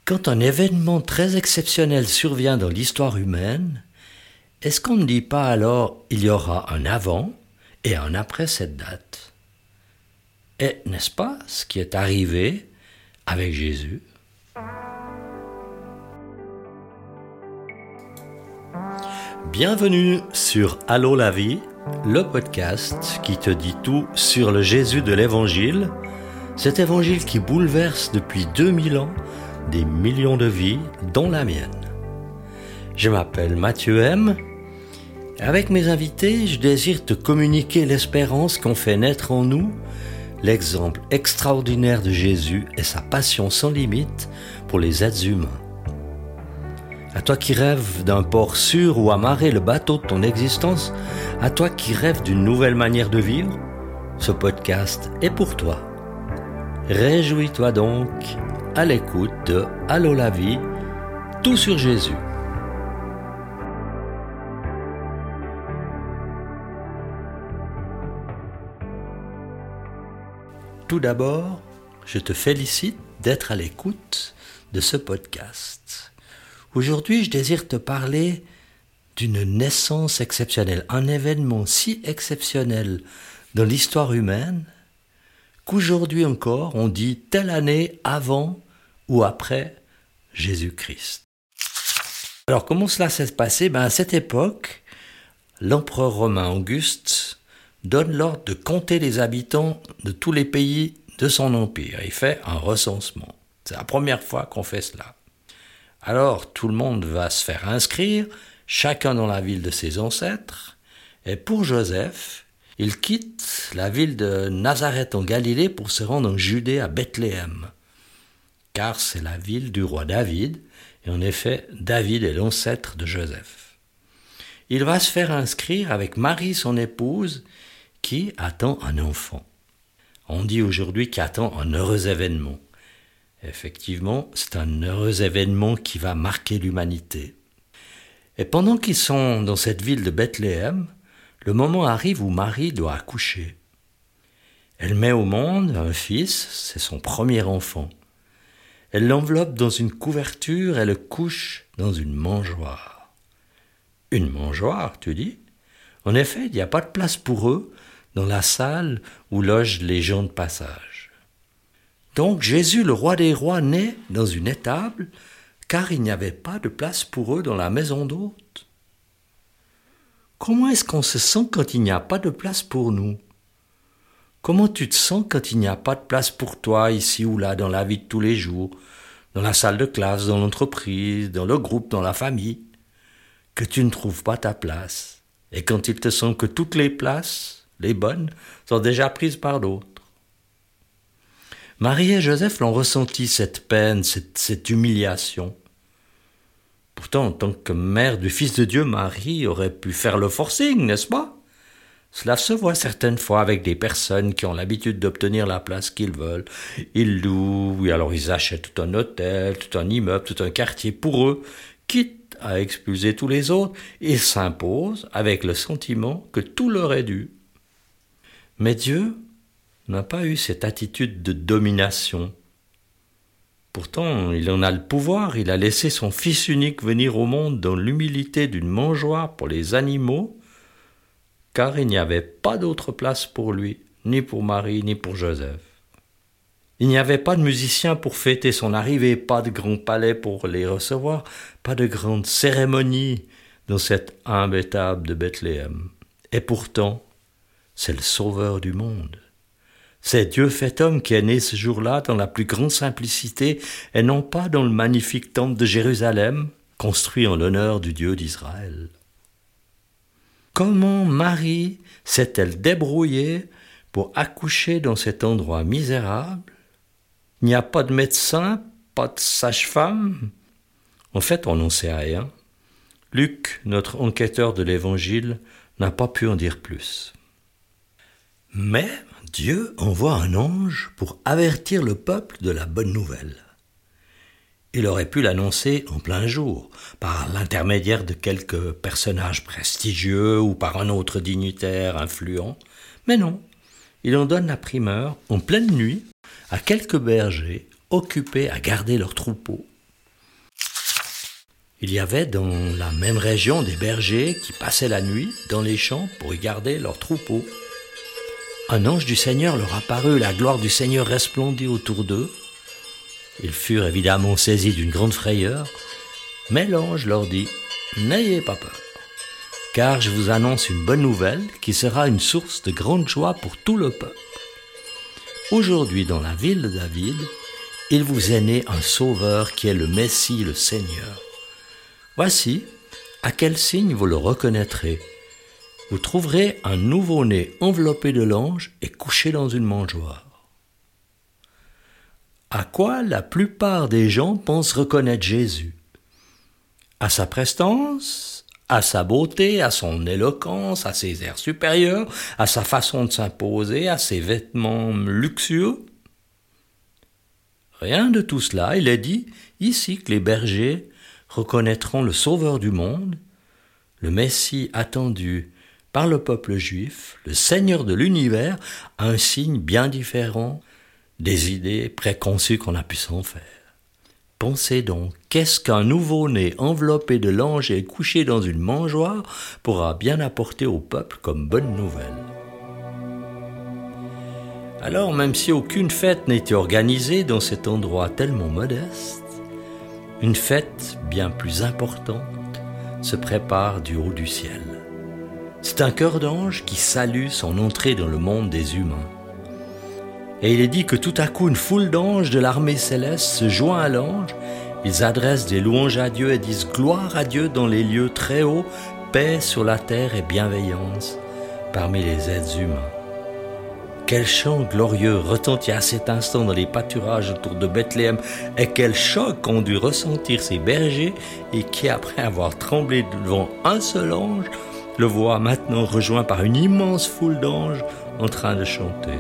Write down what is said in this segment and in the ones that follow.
Quand un événement très exceptionnel survient dans l'histoire humaine, est-ce qu'on ne dit pas alors il y aura un avant et un après cette date? Et n'est-ce pas ce qui est arrivé avec Jésus? Bienvenue sur Allô la vie, le podcast qui te dit tout sur le Jésus de l'Évangile, cet Évangile qui bouleverse depuis 2000 ans des millions de vies, dont la mienne. Je m'appelle Mathieu M. Avec mes invités, je désire te communiquer l'espérance qu'ont fait naître en nous l'exemple extraordinaire de Jésus et sa passion sans limite pour les êtres humains. À toi qui rêves d'un port sûr où amarrer le bateau de ton existence, à toi qui rêves d'une nouvelle manière de vivre, ce podcast est pour toi. Réjouis-toi donc à l'écoute de Allô la vie, tout sur Jésus. Tout d'abord, je te félicite d'être à l'écoute de ce podcast. Aujourd'hui, je désire te parler d'une naissance exceptionnelle, un événement si exceptionnel dans l'histoire humaine qu'aujourd'hui encore on dit telle année avant ou après Jésus-Christ. Alors comment cela s'est passé? À cette époque, l'empereur romain Auguste donne l'ordre de compter les habitants de tous les pays de son empire. Il fait un recensement. C'est la première fois qu'on fait cela. Alors tout le monde va se faire inscrire, chacun dans la ville de ses ancêtres. Et pour Joseph, il quitte la ville de Nazareth en Galilée pour se rendre en Judée à Bethléem. Car c'est la ville du roi David, et en effet, David est l'ancêtre de Joseph. Il va se faire inscrire avec Marie, son épouse, qui attend un enfant. On dit aujourd'hui qu'il attend un heureux événement. Effectivement, c'est un heureux événement qui va marquer l'humanité. Et pendant qu'ils sont dans cette ville de Bethléem, le moment arrive où Marie doit accoucher. Elle met au monde un fils, c'est son premier enfant. Elle l'enveloppe dans une couverture et le couche dans une mangeoire. Une mangeoire, tu dis? En effet, il n'y a pas de place pour eux dans la salle où logent les gens de passage. Donc Jésus, le roi des rois, naît dans une étable, car il n'y avait pas de place pour eux dans la maison d'hôtes. Comment est-ce qu'on se sent quand il n'y a pas de place pour nous? Comment tu te sens quand il n'y a pas de place pour toi, ici ou là, dans la vie de tous les jours, dans la salle de classe, dans l'entreprise, dans le groupe, dans la famille, que tu ne trouves pas ta place, et quand il te semble que toutes les places, les bonnes, sont déjà prises par d'autres? Marie et Joseph l'ont ressenti, cette peine, cette humiliation. Pourtant, en tant que mère du Fils de Dieu, Marie aurait pu faire le forcing, n'est-ce pas? Cela se voit certaines fois avec des personnes qui ont l'habitude d'obtenir la place qu'ils veulent. Ils louent, et alors ils achètent tout un hôtel, tout un immeuble, tout un quartier pour eux, quitte à expulser tous les autres. Ils s'imposent avec le sentiment que tout leur est dû. Mais Dieu n'a pas eu cette attitude de domination. Pourtant, il en a le pouvoir, il a laissé son Fils unique venir au monde dans l'humilité d'une mangeoire pour les animaux, car il n'y avait pas d'autre place pour lui, ni pour Marie, ni pour Joseph. Il n'y avait pas de musiciens pour fêter son arrivée, pas de grand palais pour les recevoir, pas de grande cérémonie dans cette humble étable de Bethléem. Et pourtant, c'est le Sauveur du monde. C'est Dieu fait homme qui est né ce jour-là dans la plus grande simplicité et non pas dans le magnifique temple de Jérusalem, construit en l'honneur du Dieu d'Israël. Comment Marie s'est-elle débrouillée pour accoucher dans cet endroit misérable? Il n'y a pas de médecin, pas de sage-femme. En fait, on n'en sait rien. Luc, notre enquêteur de l'Évangile, n'a pas pu en dire plus. Mais Dieu envoie un ange pour avertir le peuple de la bonne nouvelle. Il aurait pu l'annoncer en plein jour, par l'intermédiaire de quelques personnages prestigieux ou par un autre dignitaire influent, mais non, il en donne la primeur en pleine nuit à quelques bergers occupés à garder leurs troupeaux. Il y avait dans la même région des bergers qui passaient la nuit dans les champs pour y garder leurs troupeaux. Un ange du Seigneur leur apparut, la gloire du Seigneur resplendit autour d'eux. Ils furent évidemment saisis d'une grande frayeur, mais l'ange leur dit « N'ayez pas peur, car je vous annonce une bonne nouvelle qui sera une source de grande joie pour tout le peuple. Aujourd'hui, dans la ville de David, il vous est né un sauveur qui est le Messie, le Seigneur. Voici à quel signe vous le reconnaîtrez. Vous trouverez un nouveau-né enveloppé de langes et couché dans une mangeoire. » À quoi la plupart des gens pensent reconnaître Jésus? À sa prestance, à sa beauté, à son éloquence, à ses airs supérieurs, à sa façon de s'imposer, à ses vêtements luxueux? Rien de tout cela. Il est dit ici que les bergers reconnaîtront le Sauveur du monde, le Messie attendu par le peuple juif, le Seigneur de l'univers, un signe bien différent des idées préconçues qu'on a pu s'en faire. Pensez donc, qu'est-ce qu'un nouveau-né enveloppé de langes et couché dans une mangeoire pourra bien apporter au peuple comme bonne nouvelle? Alors, même si aucune fête n'était organisée dans cet endroit tellement modeste, une fête bien plus importante se prépare du haut du ciel. C'est un chœur d'ange qui salue son entrée dans le monde des humains. Et il est dit que tout à coup, une foule d'anges de l'armée céleste se joint à l'ange. Ils adressent des louanges à Dieu et disent « Gloire à Dieu dans les lieux très hauts, paix sur la terre et bienveillance parmi les êtres humains. » Quel chant glorieux retentit à cet instant dans les pâturages autour de Bethléem et quel choc qu'ont dû ressentir ces bergers et qui, après avoir tremblé devant un seul ange, le voient maintenant rejoint par une immense foule d'anges en train de chanter.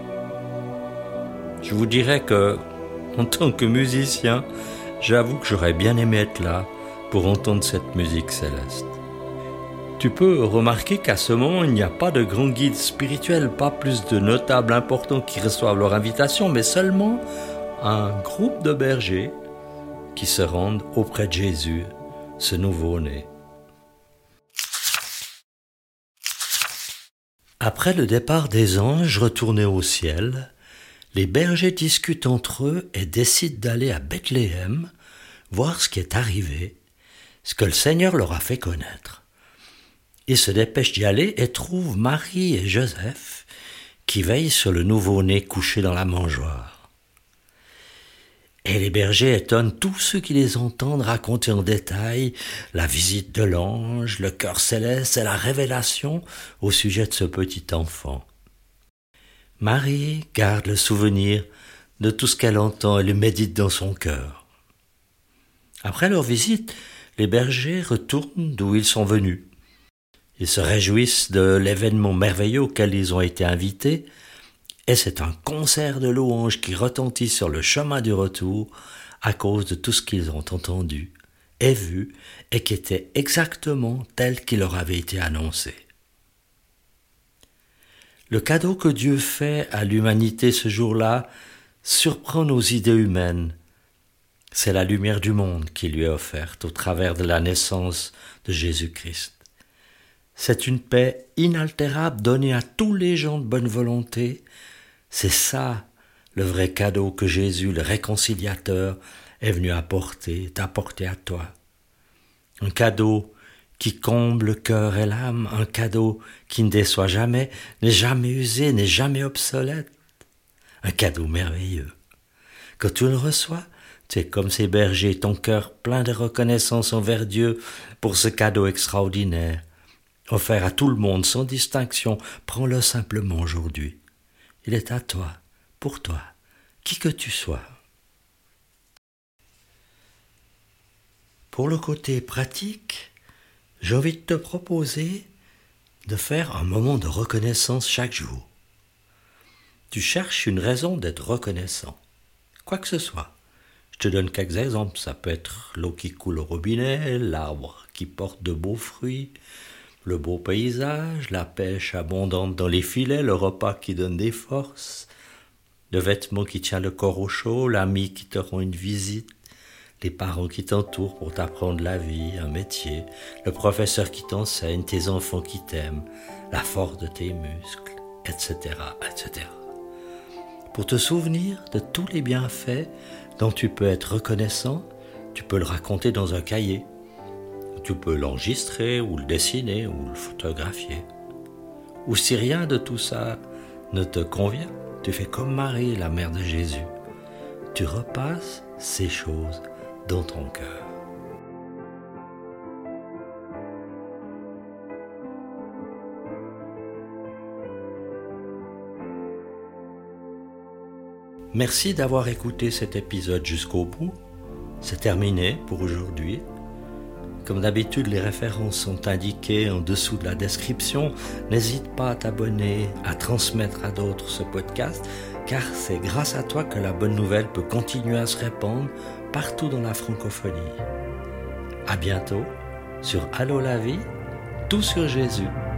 Je vous dirais que, en tant que musicien, j'avoue que j'aurais bien aimé être là pour entendre cette musique céleste. Tu peux remarquer qu'à ce moment, il n'y a pas de grands guides spirituels, pas plus de notables importants qui reçoivent leur invitation, mais seulement un groupe de bergers qui se rendent auprès de Jésus, ce nouveau-né. Après le départ des anges retournés au ciel, les bergers discutent entre eux et décident d'aller à Bethléem, voir ce qui est arrivé, ce que le Seigneur leur a fait connaître. Ils se dépêchent d'y aller et trouvent Marie et Joseph qui veillent sur le nouveau-né couché dans la mangeoire. Et les bergers étonnent tous ceux qui les entendent raconter en détail la visite de l'ange, le cœur céleste et la révélation au sujet de ce petit enfant. Marie garde le souvenir de tout ce qu'elle entend et le médite dans son cœur. Après leur visite, les bergers retournent d'où ils sont venus. Ils se réjouissent de l'événement merveilleux auquel ils ont été invités, et c'est un concert de louanges qui retentit sur le chemin du retour à cause de tout ce qu'ils ont entendu et vu et qui était exactement tel qu'il leur avait été annoncé. Le cadeau que Dieu fait à l'humanité ce jour-là surprend nos idées humaines. C'est la lumière du monde qui lui est offerte au travers de la naissance de Jésus-Christ. C'est une paix inaltérable donnée à tous les gens de bonne volonté. C'est ça le vrai cadeau que Jésus, le réconciliateur, est venu t'apporter à toi. Un cadeau qui comble le cœur et l'âme, un cadeau qui ne déçoit jamais, n'est jamais usé, n'est jamais obsolète. Un cadeau merveilleux. Quand tu le reçois, tu es comme ces bergers, ton cœur plein de reconnaissance envers Dieu pour ce cadeau extraordinaire, offert à tout le monde sans distinction. Prends-le simplement aujourd'hui. Il est à toi, pour toi, qui que tu sois. Pour le côté pratique, j'ai envie de te proposer de faire un moment de reconnaissance chaque jour. Tu cherches une raison d'être reconnaissant, quoi que ce soit. Je te donne quelques exemples. Ça peut être l'eau qui coule au robinet, l'arbre qui porte de beaux fruits, le beau paysage, la pêche abondante dans les filets, le repas qui donne des forces, le vêtement qui tient le corps au chaud, l'ami qui te rend une visite, les parents qui t'entourent pour t'apprendre la vie, un métier, le professeur qui t'enseigne, tes enfants qui t'aiment, la force de tes muscles, etc., etc. Pour te souvenir de tous les bienfaits dont tu peux être reconnaissant, tu peux le raconter dans un cahier. Tu peux l'enregistrer ou le dessiner ou le photographier. Ou si rien de tout ça ne te convient, tu fais comme Marie, la mère de Jésus. Tu repasses ces choses dans ton cœur. Merci d'avoir écouté cet épisode jusqu'au bout. C'est terminé pour aujourd'hui. Comme d'habitude, les références sont indiquées en dessous de la description. N'hésite pas à t'abonner, à transmettre à d'autres ce podcast, car c'est grâce à toi que la bonne nouvelle peut continuer à se répandre partout dans la francophonie. À bientôt sur Allô la vie, tout sur Jésus.